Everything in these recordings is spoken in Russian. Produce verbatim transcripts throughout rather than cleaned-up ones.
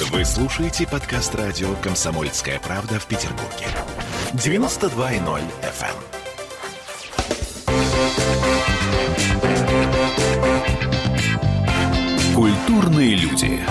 Вы слушаете подкаст радио «Комсомольская правда» в Петербурге. девяносто два и ноль эф эм. Культурные люди.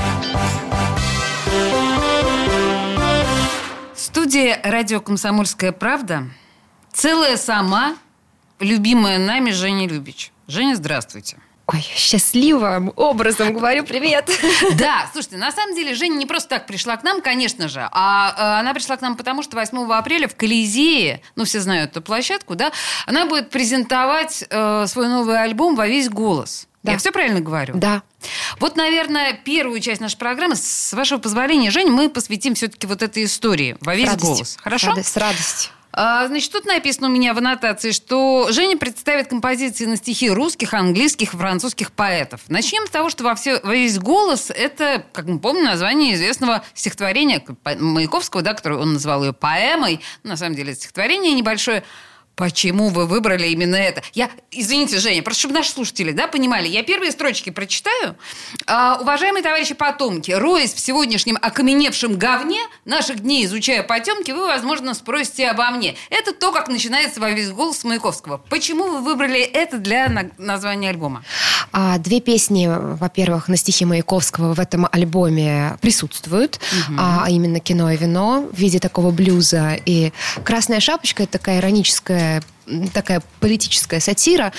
Студия радио «Комсомольская правда». Целая сама, любимая нами Женя Любич. Женя, здравствуйте. Ой, счастливым образом говорю привет. Да, слушайте, на самом деле Женя не просто так пришла к нам, конечно же, а, а она пришла к нам потому, что восьмого апреля в Колизее, ну, все знают эту площадку, да, она будет презентовать э, свой новый альбом «Во весь голос». Да. Я все правильно говорю? Да. Вот, наверное, первую часть нашей программы, с вашего позволения, Жень, мы посвятим все-таки вот этой истории «Во весь голос». Хорошо? Радость, с радостью. А, значит, тут написано у меня в аннотации, что Женя представит композиции на стихи русских, английских и французских поэтов. Начнем с того, что во, все, во весь голос это, как мы помним, название известного стихотворения Маяковского, да, которое он назвал ее поэмой. На самом деле, это стихотворение небольшое. Почему вы выбрали именно это? Я, извините, Женя, просто чтобы наши слушатели, да, понимали, я первые строчки прочитаю. А, уважаемые товарищи потомки, роясь в сегодняшнем окаменевшем говне, наших дней изучая потемки, вы, возможно, спросите обо мне. Это то, как начинается «Во весь голос» Маяковского. Почему вы выбрали это для на- названия альбома? А, две песни, во-первых, на стихи Маяковского в этом альбоме присутствуют, угу. а, а именно «Кино и вино» в виде такого блюза. И «Красная шапочка» — это такая ироническая такая политическая сатира,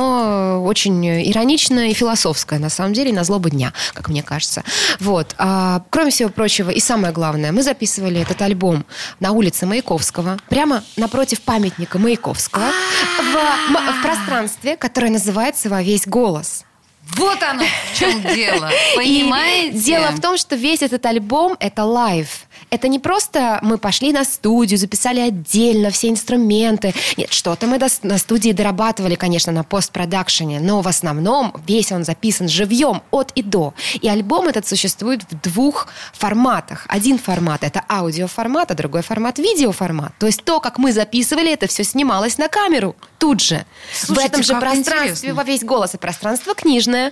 но очень ироничная и философская, на самом деле, на злобу дня, как мне кажется. Вот. А, кроме всего прочего, и самое главное, мы записывали этот альбом на улице Маяковского, прямо напротив памятника Маяковского, в, в пространстве, которое называется «Во весь голос». Вот оно в чем дело, понимаете? И дело в том, что весь этот альбом – это лайв. Это не просто мы пошли на студию, записали отдельно все инструменты. Нет, что-то мы на студии дорабатывали, конечно, на постпродакшене, но в основном весь он записан живьем от и до. И альбом этот существует в двух форматах. Один формат – это аудиоформат, а другой формат – видеоформат. То есть то, как мы записывали, это все снималось на камеру тут же. Слушайте, в этом же пространстве интересно. «Во весь голос» и пространство книжное.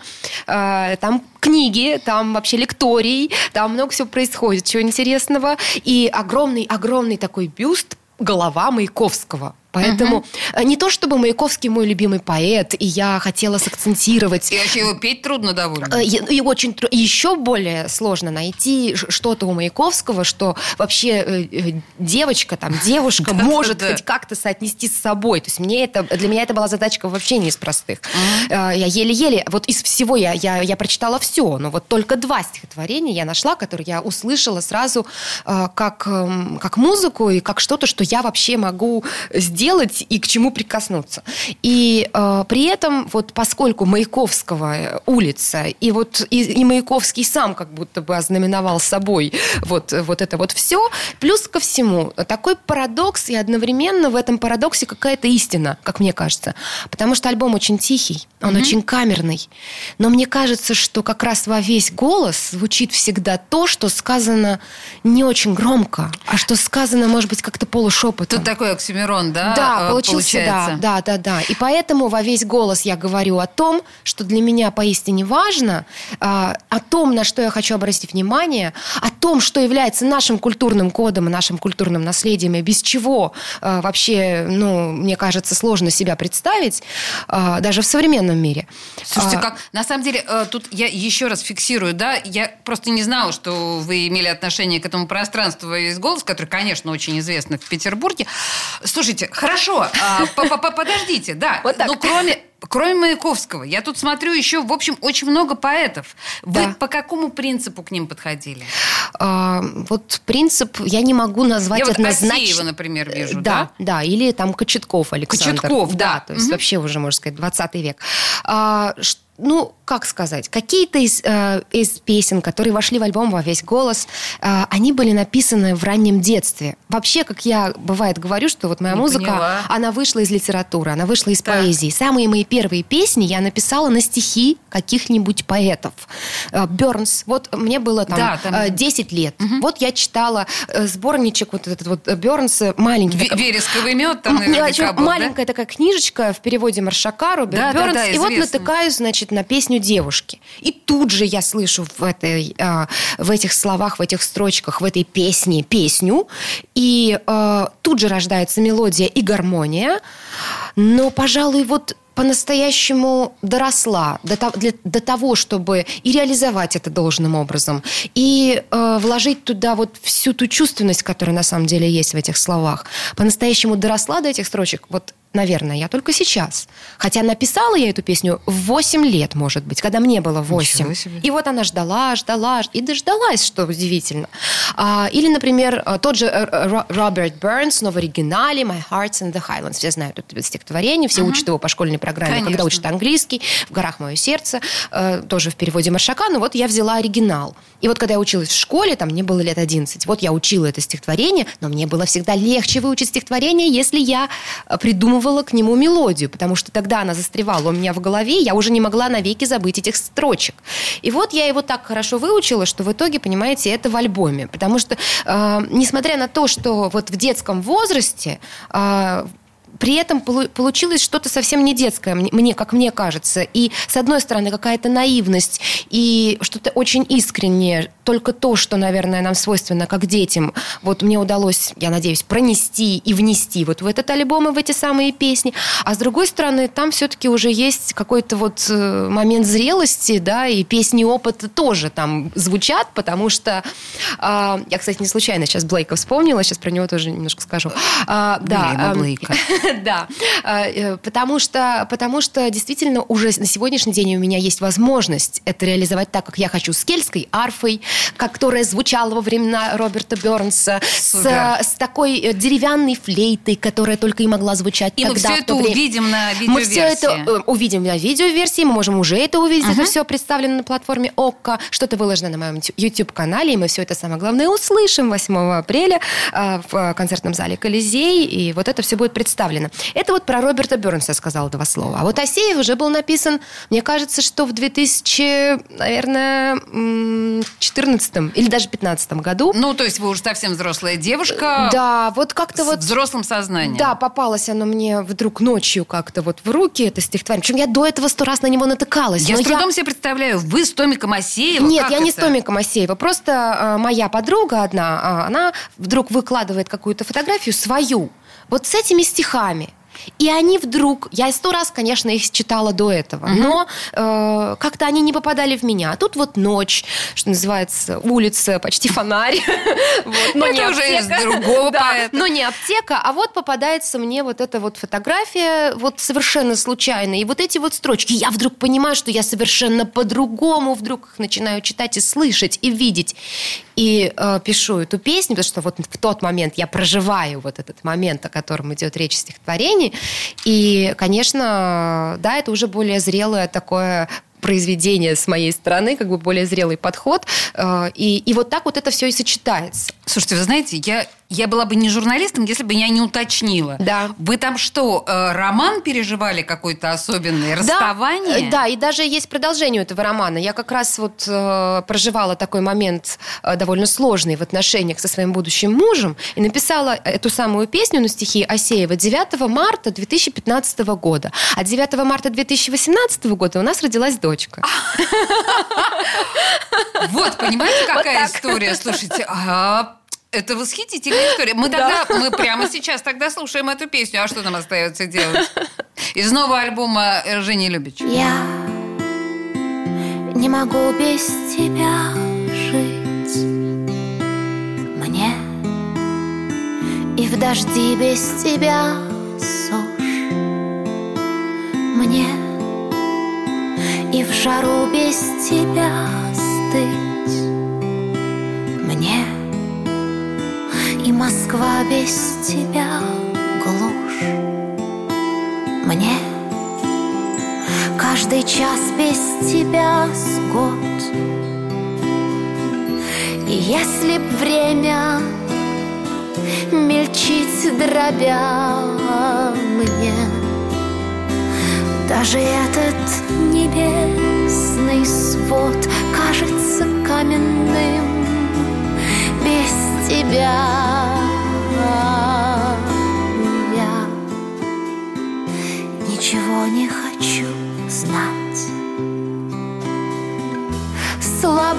Там книги, там вообще лекторий, там много всего происходит, чего интересного. И огромный-огромный такой бюст, голова Маяковского. Поэтому uh-huh. не то, чтобы Маяковский мой любимый поэт, и я хотела сакцентировать. И вообще его петь трудно довольно. И, и очень и еще более сложно найти что-то у Маяковского, что вообще э, девочка, там, девушка может хоть как-то соотнести с собой. То есть мне это, для меня это была задачка вообще не из простых. Uh-huh. Я еле-еле, вот из всего я, я, я прочитала все, но вот только два стихотворения я нашла, которые я услышала сразу э, как, э, как музыку и как что-то, что я вообще могу сделать делать и к чему прикоснуться. И э, при этом, вот поскольку Маяковского улица, и вот и, и Маяковский сам как будто бы ознаменовал собой вот, вот это вот все, плюс ко всему такой парадокс, и одновременно в этом парадоксе какая-то истина, как мне кажется. Потому что альбом очень тихий, он mm-hmm. очень камерный. Но мне кажется, что как раз во весь голос звучит всегда то, что сказано не очень громко, а что сказано, может быть, как-то полушепотом. Тут такой оксюмерон, да? Да, получился, да, да, да, да. И поэтому во весь голос я говорю о том, что для меня поистине важно, о том, на что я хочу обратить внимание, о том, что является нашим культурным кодом и нашим культурным наследием, и без чего вообще, ну, мне кажется, сложно себя представить, даже в современном мире. Слушайте, как, на самом деле, тут я еще раз фиксирую, да, я просто не знала, что вы имели отношение к этому пространству «Во весь голос», который, конечно, очень известно в Петербурге. Слушайте, хорошо, подождите, да, вот но кроме... Кроме Маяковского, я тут смотрю еще, в общем, очень много поэтов. Вы да. по какому принципу к ним подходили? А, вот принцип я не могу назвать я однозначно. Вот Асеева, например, вижу, да? Да, да, или там Кочетков Александр. Кочетков, да. да. То есть угу. вообще уже, можно сказать, двадцатый век. А, ну, как сказать, какие-то из, э, из песен, которые вошли в альбом «Во весь голос», э, они были написаны в раннем детстве. Вообще, как я, бывает, говорю, что вот моя не музыка, поняла. Она вышла из литературы, она вышла из так. поэзии. Самые мои первые песни я написала на стихи каких-нибудь поэтов. Бёрнс. Вот мне было там, да, там... десять лет. Угу. Вот я читала сборничек вот этот вот Бёрнса, маленький. В- такой... Вересковый мед там наверняка был, маленькая да? такая книжечка в переводе Маршака, Роберт да, Бёрнс. да, да, и вот натыкаюсь, значит, на песню девушки. И тут же я слышу в, этой, в этих словах, в этих строчках, в этой песне песню. И тут же рождается мелодия и гармония. Но, пожалуй, вот по-настоящему доросла до, для, до того, чтобы и реализовать это должным образом, и э, вложить туда вот всю ту чувственность, которая на самом деле есть в этих словах. По-настоящему доросла до этих строчек, вот, наверное, я только сейчас. Хотя написала я эту песню в восемь лет, может быть, когда мне было восемь. И вот она ждала, ждала, и дождалась, что удивительно. А, или, например, тот же Роберт Бернс, но в оригинале «My Heart's in the Highlands». Все знают это стихотворение, все uh-huh. учат его по школьной программе, конечно. Когда учат английский, «В горах мое сердце», э, тоже в переводе Маршака, но вот я взяла оригинал. И вот когда я училась в школе, там мне было лет одиннадцать, вот я учила это стихотворение, но мне было всегда легче выучить стихотворение, если я придумывала к нему мелодию, потому что тогда она застревала у меня в голове, я уже не могла навеки забыть этих строчек. И вот я его так хорошо выучила, что в итоге, понимаете, это в альбоме. Потому что, э, несмотря на то, что вот в детском возрасте э, при этом получилось что-то совсем не детское, мне, как мне кажется. И, с одной стороны, какая-то наивность и что-то очень искреннее. Только то, что, наверное, нам свойственно как детям, вот мне удалось, я надеюсь, пронести и внести вот в этот альбом и в эти самые песни. А с другой стороны, там все-таки уже есть какой-то вот момент зрелости, да, и песни опыта тоже там звучат, потому что... Э, я, кстати, не случайно сейчас Блейка вспомнила, сейчас про него тоже немножко скажу. Э, да, Блейка. Да, потому что, потому что действительно уже на сегодняшний день у меня есть возможность это реализовать так, как я хочу, с кельтской арфой, которая звучала во времена Роберта Бернса, с, с такой деревянной флейтой, которая только и могла звучать и тогда. И мы все это время. увидим на видеоверсии. Мы все это увидим на видеоверсии, мы можем уже это увидеть, uh-huh. это все представлено на платформе ОККО, что-то выложено на моем YouTube-канале, и мы все это, самое главное, услышим восьмого апреля в концертном зале Колизей, и вот это все будет представлено. Это вот про Роберта Бернса сказала два слова. А вот Асеев уже был написан, мне кажется, что в две тысячи, наверное, четырнадцатом или даже пятнадцатом году. Ну, то есть вы уже совсем взрослая девушка. Да, вот как-то с вот... взрослым сознанием. Да, попалось оно мне вдруг ночью как-то вот в руки, это стихотворение. Причем я до этого сто раз на него натыкалась. Я с трудом я... себе представляю, вы с Томиком Асеевым? Нет, как я это? не с Томиком Асеевым. Просто э, моя подруга одна, э, она вдруг выкладывает какую-то фотографию свою, вот с этими стихами. И они вдруг, я сто раз, конечно, их читала до этого, uh-huh. но э, как-то они не попадали в меня. А тут вот ночь, что называется, улица, почти фонарь. Но не уже из другого поэта. Но не аптека, а вот попадается мне вот эта вот фотография вот совершенно случайно. И вот эти вот строчки. Я вдруг понимаю, что я совершенно по-другому вдруг их начинаю читать и слышать, и видеть. И э, пишу эту песню, потому что вот в тот момент я проживаю вот этот момент, о котором идет речь в стихотворении. И, конечно, да, это уже более зрелое такое произведение с моей стороны, как бы более зрелый подход. И, и вот так вот это все и сочетается. Слушайте, вы знаете, я, я была бы не журналистом, если бы я не уточнила. Да. Вы там что, роман переживали какой-то особенный? Расставание? Да, да, и даже есть продолжение этого романа. Я как раз вот э, проживала такой момент э, довольно сложный в отношениях со своим будущим мужем и написала эту самую песню на стихи Асеева девятого марта две тысячи пятнадцатого года. А девятого марта две тысячи восемнадцатого года у нас родилась дочь. Вот, понимаете, какая история? Слушайте, это восхитительная история. Мы тогда, мы прямо сейчас тогда слушаем эту песню. А что нам остается делать? Из нового альбома Жени Любич. Я не могу без тебя жить. Мне и в дожди без тебя сушь. Мне и в жару без тебя стыть. Мне и Москва без тебя глушь. Мне каждый час без тебя год. И если б время мельчить дробя мне, даже этот небесный свод кажется каменным без тебя. Я ничего не хочу знать.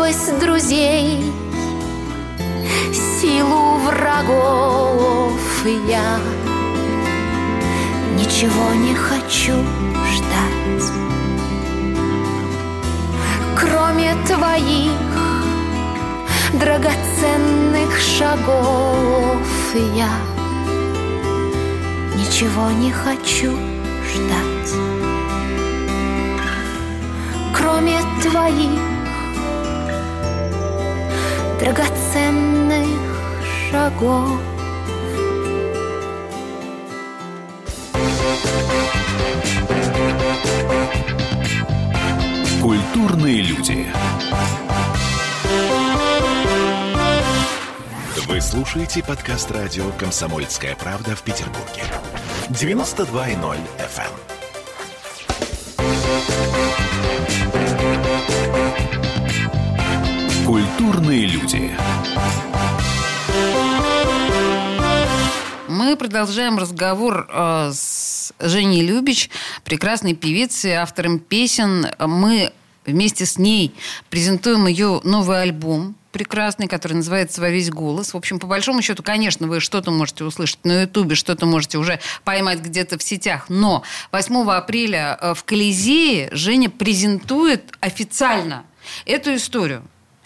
слабость друзей, силу врагов я ничего не хочу ждать, кроме твоих драгоценных шагов. Я ничего не хочу ждать, кроме твоих драгоценных шагов. Культурные люди. Вы слушаете подкаст радио «Комсомольская правда» в Петербурге. девяносто два и ноль эф эм. Культурные люди. Мы продолжаем разговор э, с Женей Любич, прекрасной певицей, автором песен. Мы вместе с ней презентуем ее новый альбом прекрасный, который называется «Во весь голос». В общем, по большому счету, конечно, вы что-то можете услышать на Ютубе, что-то можете уже поймать где-то в сетях. Но восьмого апреля в Колизее Женя презентует официально эту историю.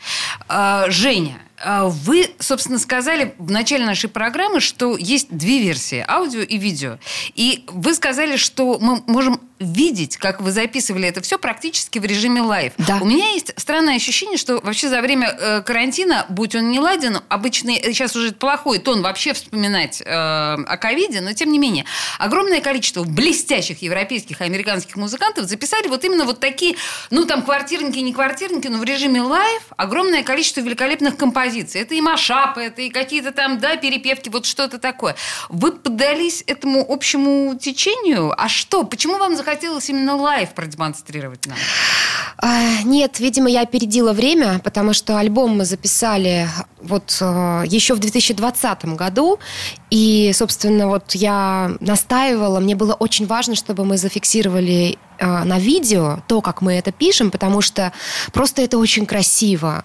Женя, вы, собственно, сказали в начале нашей программы, что есть две версии – аудио и видео. И вы сказали, что мы можем видеть, как вы записывали это все практически в режиме лайв. Да. У меня есть странное ощущение, что вообще за время э, карантина, будь он не ладен, обычный, сейчас уже плохой тон вообще вспоминать э, о ковиде, но тем не менее, огромное количество блестящих европейских и американских музыкантов записали вот именно вот такие, ну там квартирники, не квартирники, но в режиме лайв огромное количество великолепных композиций. Это и машапы, это и какие-то там, да, перепевки, вот что-то такое. Вы поддались этому общему течению? А что? Почему вам захотелось хотелось именно лайв продемонстрировать нам? А, нет, видимо, я опередила время, потому что альбом мы записали вот еще в две тысячи двадцатом году. И, собственно, вот я настаивала, мне было очень важно, чтобы мы зафиксировали на видео то, как мы это пишем, потому что просто это очень красиво.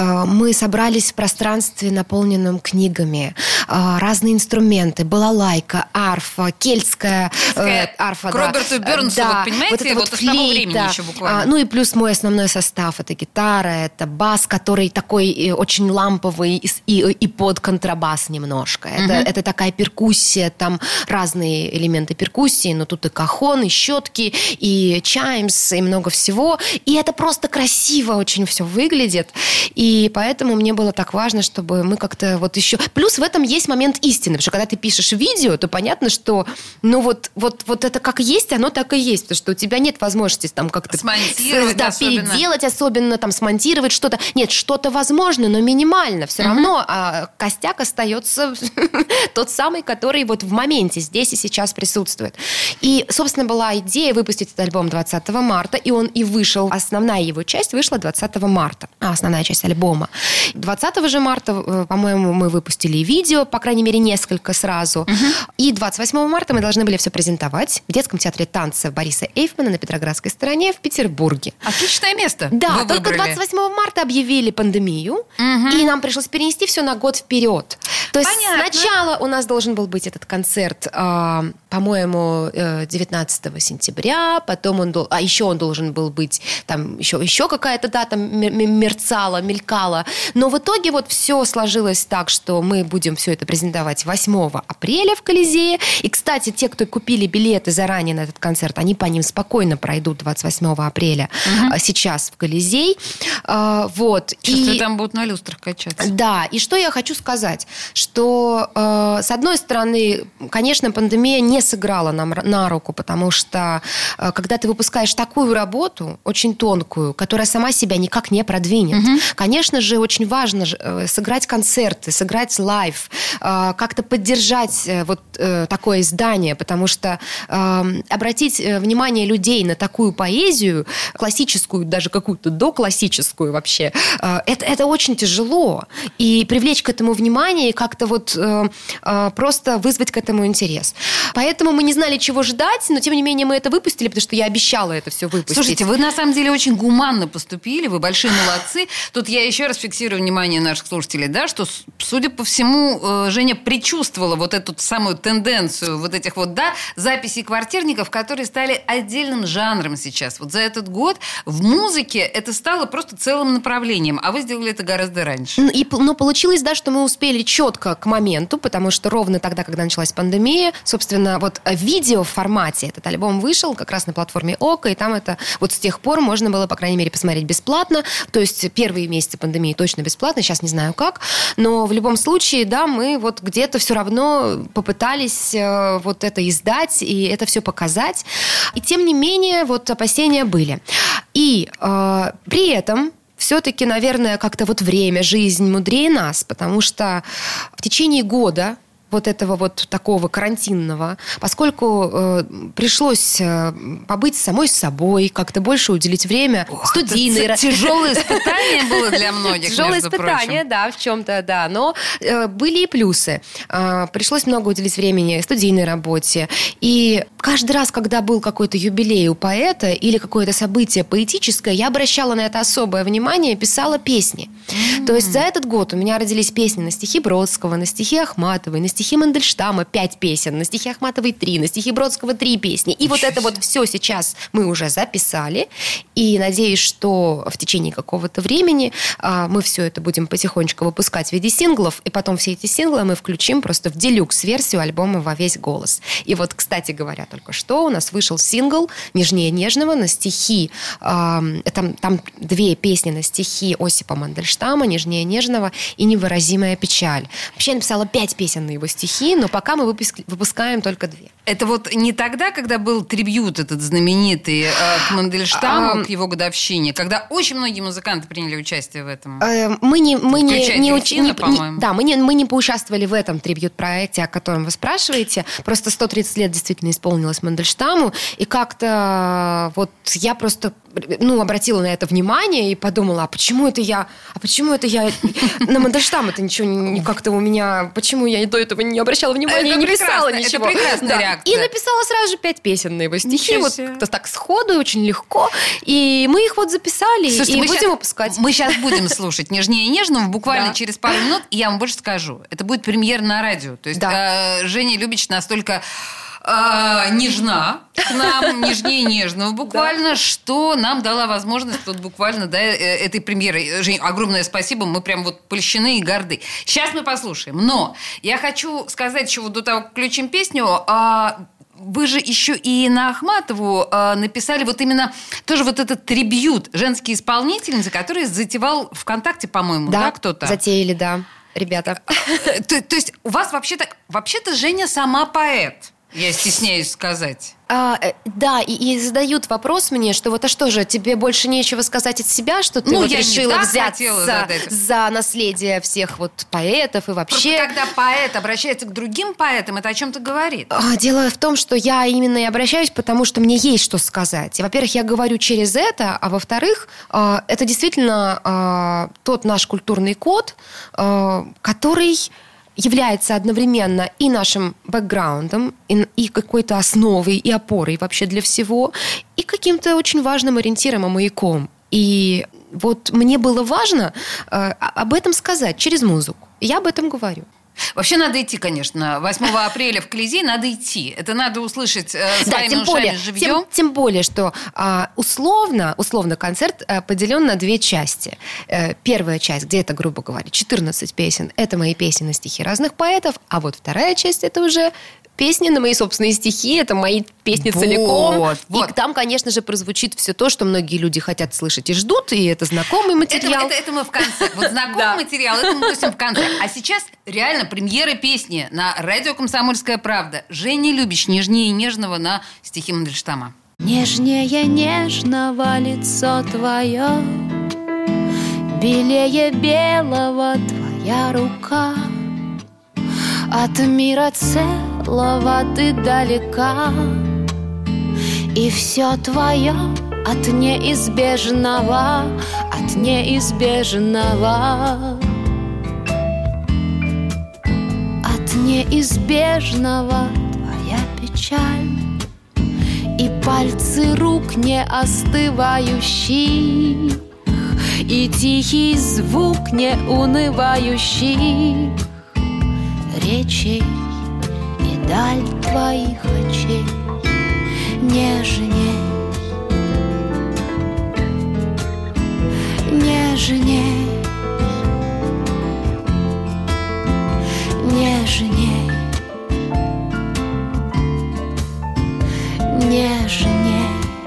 Мы собрались в пространстве, наполненном книгами, разные инструменты, балалайка, арфа, кельтская Ская, арфа. К да. Роберту Бернсу, да, вот, понимаете, вот, это вот, вот с того времени еще буквально. Ну и плюс мой основной состав – это гитара, это бас, который такой очень ламповый и, и, и под контрабас немножко. Это, uh-huh. это такая перкуссия, там разные элементы перкуссии, но тут и кахон, и щетки, и чаймс, и много всего. И это просто красиво очень все выглядит. И поэтому мне было так важно, чтобы мы как-то вот еще... Плюс в этом есть момент истины, потому что когда ты пишешь видео, то понятно, что ну вот, вот, вот это как есть, оно так и есть, потому что у тебя нет возможности там как-то... Смонтировать да, особенно. переделать особенно, там, смонтировать что-то. Нет, что-то возможно, но минимально. Все uh-huh. равно а костяк остается тот самый, который вот в моменте здесь и сейчас присутствует. И, собственно, была идея выпустить этот альбом двадцатого марта, и он и вышел. Основная его часть вышла двадцатого марта. А, основная часть альбома. двадцатого же марта, по-моему, мы выпустили видео, по крайней мере, несколько сразу. Uh-huh. И двадцать восьмого марта мы должны были все презентовать в детском театре танца Бориса Эйфмана на Петроградской стороне в Петербурге. Отличное место. Да, вы только выбрали. двадцать восьмого марта объявили пандемию, угу. и нам пришлось перенести все на год вперед. То есть Понятно. Сначала у нас должен был быть этот концерт, э, по-моему, девятнадцатого сентября, потом он, дол... а еще он должен был быть, там еще, еще какая-то дата мерцала, мелькала. Но в итоге вот все сложилось так, что мы будем все это презентовать восьмого апреля в Колизее. И, кстати, те, кто купили билеты заранее на этот концерт, они по ним спокойно пройдут двадцать восьмого апреля угу. сейчас в Колизей. А, вот. Чувствую, и... там будут на люстрах качаться. Да, и что я хочу сказать, что э, с одной стороны, конечно, пандемия не сыграла нам на руку, потому что э, когда ты выпускаешь такую работу, очень тонкую, которая сама себя никак не продвинет, угу. конечно же, очень важно э, сыграть концерты, сыграть лайв, э, как-то поддержать э, вот э, такое издание, потому что э, обратить внимание людей на такую поэзию, классическую, даже какую-то доклассическую вообще, э, это, это очень тяжело. И привлечь к этому внимание, и как-то вот э, э, просто вызвать к этому интерес. Поэтому поэтому мы не знали, чего ждать, но тем не менее мы это выпустили, потому что я обещала это все выпустить. Слушайте, вы на самом деле очень гуманно поступили, вы большие молодцы. Тут я еще раз фиксирую внимание наших слушателей, да, что, судя по всему, Женя предчувствовала вот эту самую тенденцию вот этих вот, да, записей квартирников, которые стали отдельным жанром сейчас. Вот за этот год в музыке это стало просто целым направлением, а вы сделали это гораздо раньше. И, но получилось, да, что мы успели четко к моменту, потому что ровно тогда, когда началась пандемия, собственно, вот в видеоформате этот альбом вышел как раз на платформе ОКО, и там это вот с тех пор можно было, по крайней мере, посмотреть бесплатно. То есть первые месяцы пандемии точно бесплатно, сейчас не знаю как, но в любом случае, да, мы вот где-то все равно попытались э, вот это издать и это все показать. И тем не менее, вот опасения были. И э, при этом все-таки, наверное, как-то вот время, жизнь мудрее нас, потому что в течение года вот этого вот такого карантинного, поскольку э, пришлось э, побыть самой собой, как-то больше уделить время Ох, студийной... Это тяжелое испытание было для многих, Тяжелое между испытание, прочим. да, в чем-то, да. Но э, были и плюсы. Э, пришлось много уделить времени студийной работе. И каждый раз, когда был какой-то юбилей у поэта или какое-то событие поэтическое, я обращала на это особое внимание и писала песни. Mm-hmm. То есть за этот год у меня родились песни на стихи Бродского, на стихи Ахматовой, на стихи Мандельштама пять песен, на стихи Ахматовой три, на стихи Бродского три песни. И вот это вот все сейчас мы уже записали. И надеюсь, что в течение какого-то времени а, мы все это будем потихонечку выпускать в виде синглов. И потом все эти синглы мы включим просто в делюкс-версию альбома «Во весь голос». И вот, кстати говоря, только что у нас вышел сингл «Нежнее нежного» на стихи. А, там, там две песни на стихи Осипа Мандельштама «Нежнее нежного» и «Невыразимая печаль». Вообще я написала пять песен на его стихи, но пока мы выпуск- выпускаем только две. Это вот не тогда, когда был трибьют этот знаменитый э, к Мандельштаму, А, к его годовщине, когда очень многие музыканты приняли участие в этом. Э, Мы не, мы не, Включая не, Кристина, не- по-моему. да, мы не, мы не поучаствовали в этом трибьют-проекте, о котором вы спрашиваете. Просто сто тридцать лет действительно исполнилось Мандельштаму. И как-то вот я просто ну, обратила на это внимание и подумала, а почему это я, а почему это я на Мандельштама-то ничего не, не как-то у меня, почему я до этого не обращала внимания Это и не писала прекрасно, ничего. это прекрасная Да. реакция. И написала сразу же пять песен на его стихи, Ничего вот себе. как-то так сходу, очень легко. И мы их вот записали Слушайте, и мы будем щас- выпускать. Мы сейчас будем слушать «Нежнее нежного» буквально Да. через пару минут. И я вам больше скажу. Это будет премьера на радио. То есть Да. э, Женя Любич настолько э, нежна к нам, нежнее нежного буквально, что нам дала возможность вот буквально да, э, этой премьеры. Жень, огромное спасибо. Мы прям вот польщены и горды. Сейчас мы послушаем. Но я хочу сказать еще вот до того, как включим песню... а, вы же еще и на Ахматову э, написали вот именно тоже вот этот трибьют женские исполнительницы, который затевал ВКонтакте, по-моему, да, да кто-то? Затеяли, да, ребята. То, то есть у вас вообще-то, вообще-то Женя сама поэт, я стесняюсь сказать. А, э, да, и, и задают вопрос мне, что вот а что же, тебе больше нечего сказать от себя, что ты Ну, вот я не решила так взяться хотела задать. за наследие всех вот поэтов и вообще... Просто когда поэт обращается к другим поэтам, это о чем-то говорит. А, Дело в том, что я именно и обращаюсь, потому что мне есть что сказать. И, во-первых, я говорю через это, а во-вторых, а, это действительно а, тот наш культурный код, а, который является одновременно и нашим бэкграундом, и, и какой-то основой, и опорой вообще для всего, и каким-то очень важным ориентиром и маяком. И вот мне было важно а, об этом сказать через музыку. И я об этом говорю. Вообще надо идти, конечно. восьмого апреля в Колизей надо идти. Это надо услышать э, Да, своими тем ушами более, живьем. тем, тем более, что а, условно, условно концерт а, поделен на две части. Э, первая часть, где это, грубо говоря, четырнадцать песен, это мои песни на стихи разных поэтов, а вот вторая часть, это уже песни на мои собственные стихи, это мои песни Вот, целиком. вот. И там, конечно же, прозвучит все то, что многие люди хотят слышать и ждут, и это знакомый материал. Это, это, это мы в конце. Вот знакомый Да. материал, это мы пустим в конце. А сейчас реально премьера песни на радио «Комсомольская правда». Женя Любич, «Нежнее нежного» на стихи Мандельштама. Нежнее нежного лицо твое, белее белого твоя рука. От мира целого ты далека, и все твое от неизбежного, от неизбежного, от неизбежного твоя печаль. печаль, и пальцы рук не остывающих, и тихий звук не унывающих речей, и даль твоих очей нежней, нежней, нежней, нежней.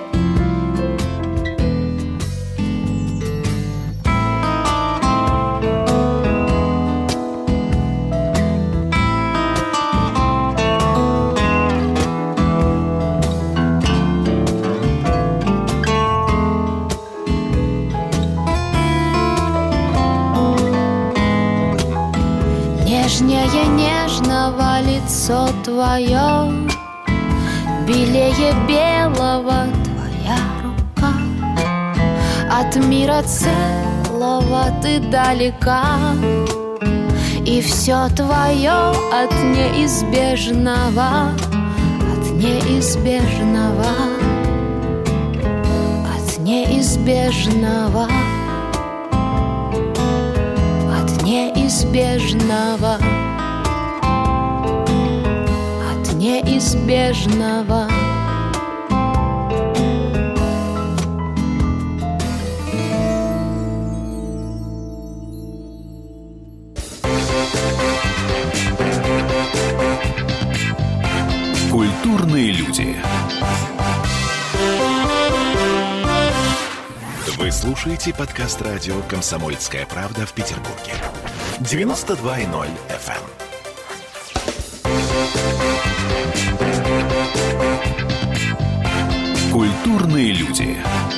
Нежнее нежного лицо твое, белее белого твоя рука. От мира целого ты далека, и все твое от неизбежного, от неизбежного, от неизбежного, от неизбежного, от неизбежного. Культурные люди. Вы слушаете подкаст радио «Комсомольская правда» в Петербурге. девяносто два и ноль эф эм. Культурные люди.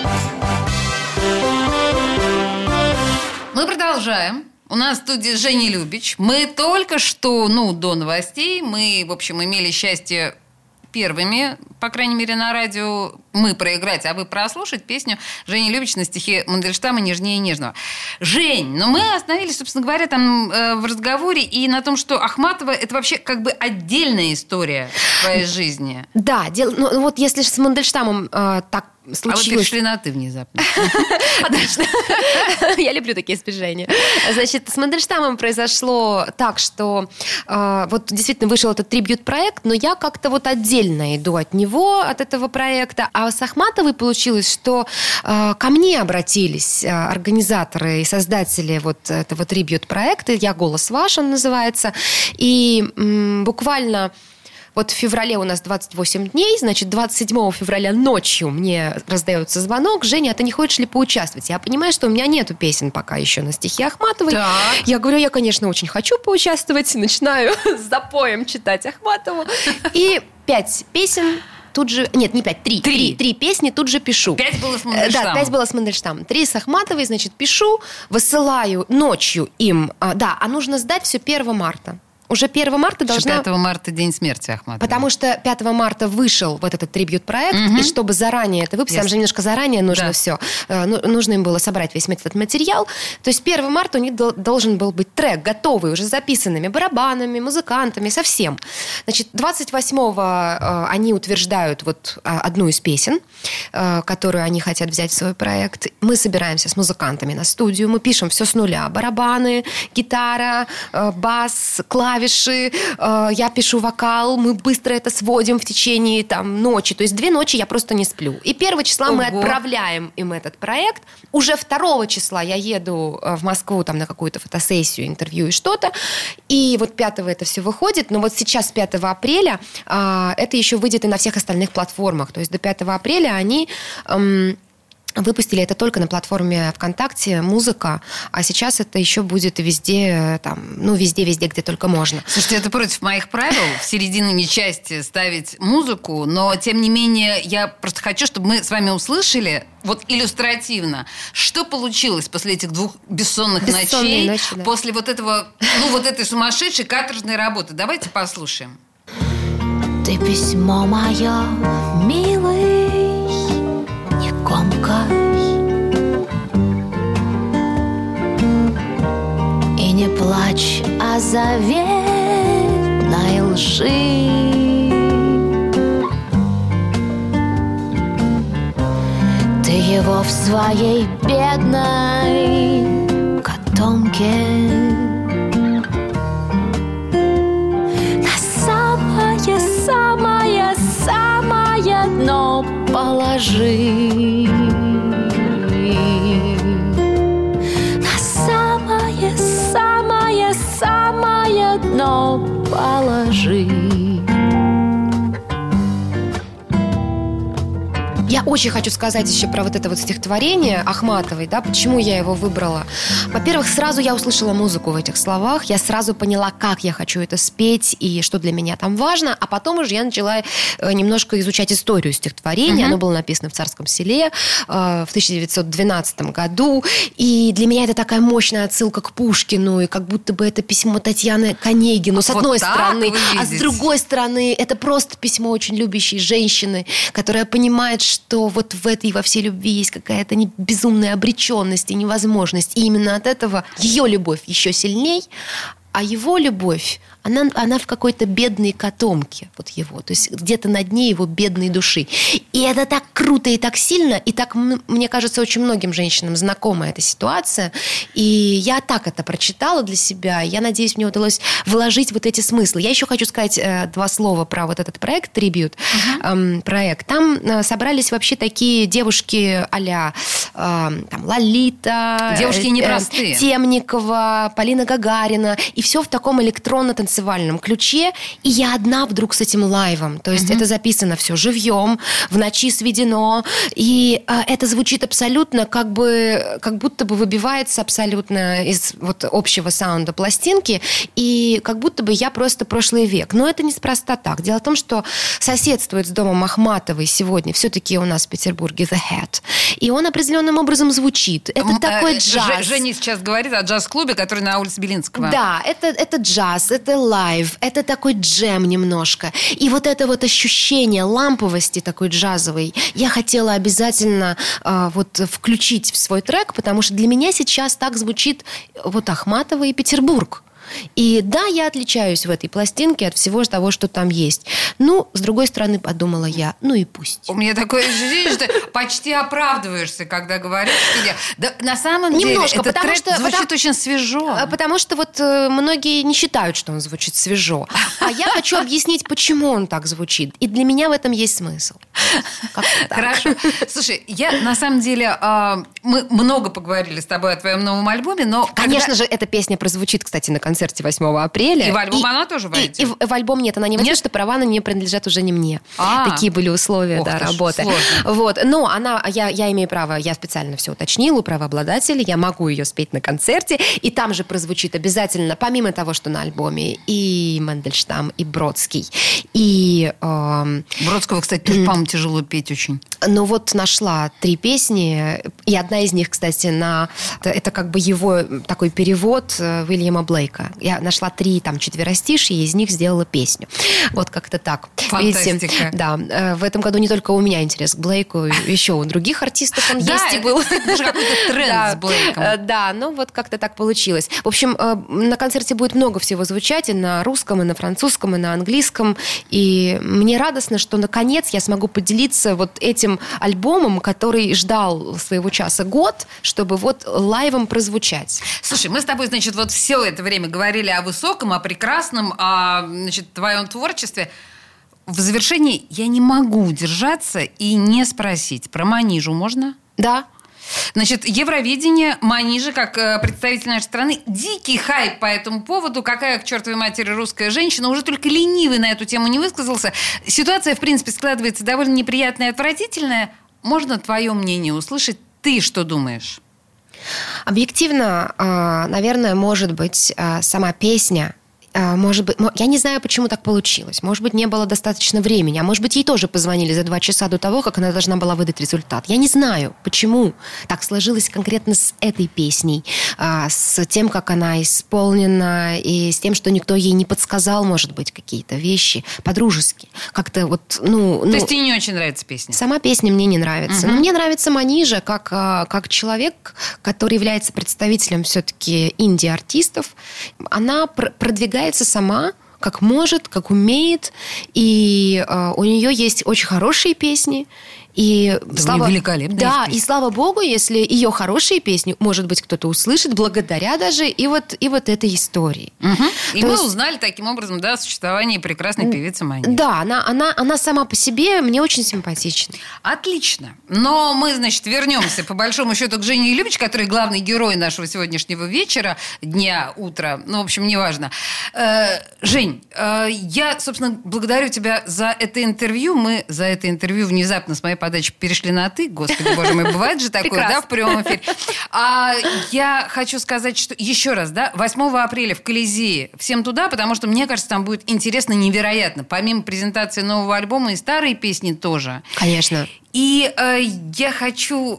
Мы продолжаем. У нас в студии Женя Любич. Мы только что, ну, до новостей, мы, в общем, имели счастье первыми, по крайней мере, на радио, мы проиграть, а вы прослушать песню Жени Любич на стихи Мандельштама «Нежнее нежного». Жень, ну мы остановились, собственно говоря, там э, в разговоре и на том, что Ахматова – это вообще как бы отдельная история в твоей жизни. Да, дел... ну, вот если с Мандельштамом э, так случилось... А вот перешли на «ты» внезапно. Отлично. Я люблю такие сближения. Значит, с Мандельштамом произошло так, что э, вот действительно вышел этот трибьют-проект, но я как-то вот отдельно иду от него, от этого проекта. А с Ахматовой получилось, что э, ко мне обратились э, организаторы и создатели вот этого трибьют-проекта. «Я голос ваш» он называется. И м, буквально... Вот в феврале у нас двадцать восемь дней, значит, двадцать седьмого февраля ночью мне раздается звонок: Женя, а ты не хочешь ли поучаствовать? Я понимаю, что у меня нету песен пока еще на стихи Ахматовой. Так. Я говорю, я, конечно, очень хочу поучаствовать. Начинаю с запоем читать Ахматову. И пять песен тут же... Нет, не пять, три. Три, три песни тут же пишу. Пять было с Мандельштамом. Да, пять было с Мандельштамом. Три с Ахматовой, значит, пишу, высылаю ночью им. А, да, а нужно сдать все первого марта. Уже первого марта должна... пятого марта день смерти Ахматовой. Потому что пятого марта вышел вот этот трибьют-проект, угу. И чтобы заранее это выпустить, там же немножко заранее нужно да. все, нужно им было собрать весь этот материал. То есть первого марта у них должен был быть трек готовый, уже записанными барабанами, музыкантами, совсем. Значит, двадцать восьмого они утверждают вот одну из песен, которую они хотят взять в свой проект. Мы собираемся с музыкантами на студию, мы пишем все с нуля. Барабаны, гитара, бас, клавиши. Клавиши, э, я пишу вокал, мы быстро это сводим в течение там, ночи. То есть две ночи я просто не сплю. И первого числа Ого. мы отправляем им этот проект. Уже второго числа я еду в Москву там, на какую-то фотосессию, интервью и что-то. И вот пятого это все выходит. Но вот сейчас, пятого апреля, э, это еще выйдет и на всех остальных платформах. То есть до пятого апреля они... Э, Выпустили это только на платформе ВКонтакте, музыка, а сейчас это еще будет везде, там, ну, везде-везде, где только можно. Слушайте, это против моих правил в середине части ставить музыку, но, тем не менее, я просто хочу, чтобы мы с вами услышали, вот иллюстративно, что получилось после этих двух бессонных Бессонные ночей, ночи, да. после вот этого, ну, вот этой сумасшедшей каторжной работы. Давайте послушаем. Ты письмо мое, милый, комкой, и не плачь о заветной лжи. его в своей бедной котомке. На самое, самое, самое дно положи. На самое, самое, самое дно положи. Я очень хочу сказать еще про вот это вот стихотворение Ахматовой, да, почему я его выбрала. Во-первых, сразу я услышала музыку в этих словах, я сразу поняла, как я хочу это спеть и что для меня там важно, а потом уже я начала немножко изучать историю стихотворения. Uh-huh. Оно было написано в Царском Селе в тысяча девятьсот двенадцатом году, и для меня это такая мощная отсылка к Пушкину, и как будто бы это письмо Татьяны к Онегину, с вот одной стороны, а с видите. другой стороны, это просто письмо очень любящей женщины, которая понимает, что что вот в этой во всей любви есть какая-то не безумная обреченность и невозможность. И именно от этого ее любовь еще сильней, а его любовь, она, она в какой-то бедной котомке, вот его, то есть где-то на дне его бедной души. И это так круто и так сильно, и так, мне кажется, очень многим женщинам знакома эта ситуация. И я так это прочитала для себя, я надеюсь, мне удалось вложить вот эти смыслы. Я еще хочу сказать э, два слова про вот этот проект, трибьют, uh-huh. э, проект. Там э, собрались вообще такие девушки а-ля э, там, Лолита, девушки непростые. Э, Темникова, Полина Гагарина, и все в таком электронно-танцевальном ключе, и я одна вдруг с этим лайвом. То есть mm-hmm. это записано все живьем, в ночи сведено, и а, это звучит абсолютно как бы, как будто бы выбивается абсолютно из вот общего саунда пластинки, и как будто бы я просто прошлый век. Но это неспроста так. Дело в том, что соседствует с домом Ахматовой сегодня все-таки у нас в Петербурге The Hat, и он определенным образом звучит. Это М- такой э, джаз. Женя сейчас говорит о джаз-клубе, который на улице Белинского. Да, это, это джаз, это лайв, это такой джем немножко. И вот это вот ощущение ламповости такой джазовой я хотела обязательно э, вот включить в свой трек, потому что для меня сейчас так звучит вот Ахматова и Петербург. И да, я отличаюсь в этой пластинке от всего того, что там есть. Ну, с другой стороны, подумала я, ну и пусть. У меня такое ощущение, что почти оправдываешься, когда говоришь, что я... Да, на самом Немножко, деле, этот потому трек что, звучит потому, очень свежо. Потому что вот э, многие не считают, что он звучит свежо. А я хочу объяснить, почему он так звучит. И для меня в этом есть смысл. Хорошо. Слушай, я на самом деле... Э, мы много поговорили с тобой о твоем новом альбоме, но... Конечно когда... же, эта песня прозвучит, кстати, на концерте восьмого апреля. И в альбом и, она тоже войдет? И, и в, в альбом нет, она не войдет, что права на нее принадлежат уже не мне. А-а-а. Такие были условия, Ох, да, работы. Сложно. Вот. Но она, я, я имею право, я специально все уточнила у правообладателя, я могу ее спеть на концерте, и там же прозвучит обязательно, помимо того, что на альбоме, и Мандельштам, и Бродский, и... Э, Бродского, кстати, тоже, по-моему, тяжело петь очень. Ну вот нашла три песни, и одна из них, кстати, на это, это как бы его такой перевод Уильяма Блейка. Я нашла три там четверостишья, и из них сделала песню. Вот как-то так. Фантастика. Видите, да, в этом году не только у меня интерес к Блейку, еще у других артистов он есть и был. Да, это какой-то тренд с Блейком. Да, ну вот как-то так получилось. В общем, на концерте будет много всего звучать, и на русском, и на французском, и на английском, и мне радостно, что наконец я смогу поделиться вот этим альбомом, который ждал своего часа год, чтобы вот лайвом прозвучать. Слушай, мы с тобой, значит, вот все это время говорили о высоком, о прекрасном, о, значит, твоем творчестве. В завершении я не могу удержаться и не спросить. Про Манижу можно? Да. Значит, Евровидение, Манижа, как представитель нашей страны, дикий хайп по этому поводу. Какая к чертовой матери русская женщина. Уже только ленивый на эту тему не высказался. Ситуация, в принципе, складывается довольно неприятная и отвратительная. Можно твое мнение услышать? Ты что думаешь? Объективно, наверное, может быть, сама песня... Может быть, я не знаю, почему так получилось. Может быть, не было достаточно времени. А может быть, ей тоже позвонили за два часа до того, как она должна была выдать результат. Я не знаю, почему так сложилось конкретно с этой песней. С тем, как она исполнена, и с тем, что никто ей не подсказал, может быть, какие-то вещи по-дружески. Как-то вот, ну... То ну, есть тебе не очень нравится песня? Сама песня мне не нравится. Угу. Но мне нравится Манижа как, как человек, который является представителем все-таки инди-артистов. Она пр- продвигает сама, как может, как умеет, и э, у нее есть очень хорошие песни, И Да, слава... великолепная Да, песня. и слава богу, если ее хорошие песни, может быть, кто-то услышит благодаря даже и вот, и вот этой истории. Угу. И То мы есть... узнали таким образом, да, о существовании прекрасной певицы Маниры. Да, она, она, она сама по себе мне очень симпатична. Отлично. Но мы, значит, вернемся по большому счету к Жене Любич, который главный герой нашего сегодняшнего вечера, дня, утра, ну, в общем, неважно. Э, Жень, э, я, собственно, благодарю тебя за это интервью. Мы за это интервью внезапно с моей подачи перешли на «ты». Господи, боже мой, бывает же такое, да, в прямом эфире. А я хочу сказать, что еще раз, да, восьмого апреля в Колизее. Всем туда, потому что, мне кажется, там будет интересно невероятно. Помимо презентации нового альбома и старые песни тоже. Конечно. И э, я хочу,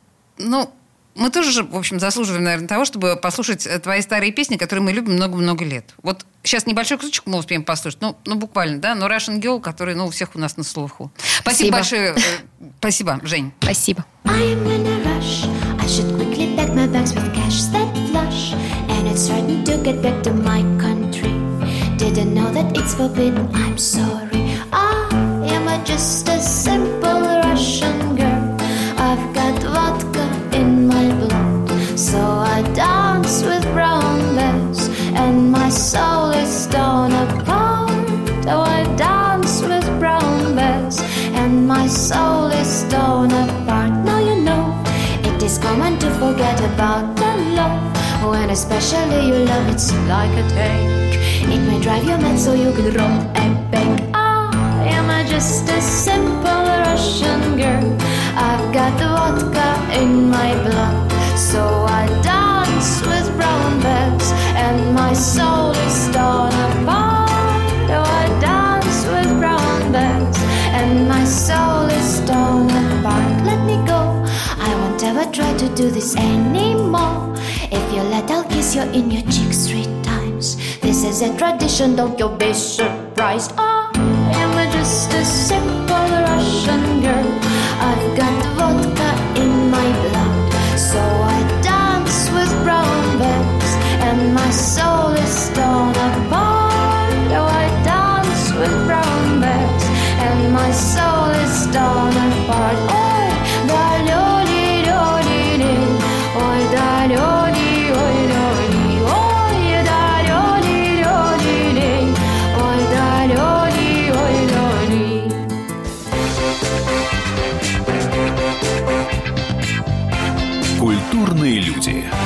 ну, мы тоже, в общем, заслуживаем, наверное, того, чтобы послушать твои старые песни, которые мы любим много-много лет. Вот сейчас небольшой кусочек мы успеем послушать, ну, ну буквально, да, но Russian Girl, который, ну, у всех у нас на слуху. Спасибо, Спасибо. большое. Э, спасибо, Жень. Спасибо. I'm in a rush. I should quickly pack my bags with cash that flush. And it's starting to get back to my country. Didn't know that it's forbidden. I'm sorry. I am a just a simple Russian girl. I've got vodka in my blood. So I dance with brown bears. And my soul is torn apart. Oh, I dance with brown bears. And my soul is torn apart. Now you know it is common to forget about the love. When especially you love, it's like a tank. It may drive you mad so you can rob and bank. I am a just a simple Russian girl. I've got vodka in my blood. So I dance with brown bears. And my soul is torn apart. Oh, I dance with brown bears. And my soul is torn apart. Let me go. I won't ever try to do this anymore. If you let, I'll kiss you in your cheeks three times. This is a tradition, don't you be surprised. I am just a simple Russian girl. I've got vodka in my blood. So I dance with brown bears. And my soul is torn apart. Oh, I dance with brown bears. And my soul is torn apart. Oh, da-lo-dee, do-dee-dee. Oh, da-lo-dee, oh, do-dee. Oh, da-lo-dee, do-dee-dee. Oh, da-lo-dee, oh, do-dee. Культурные люди.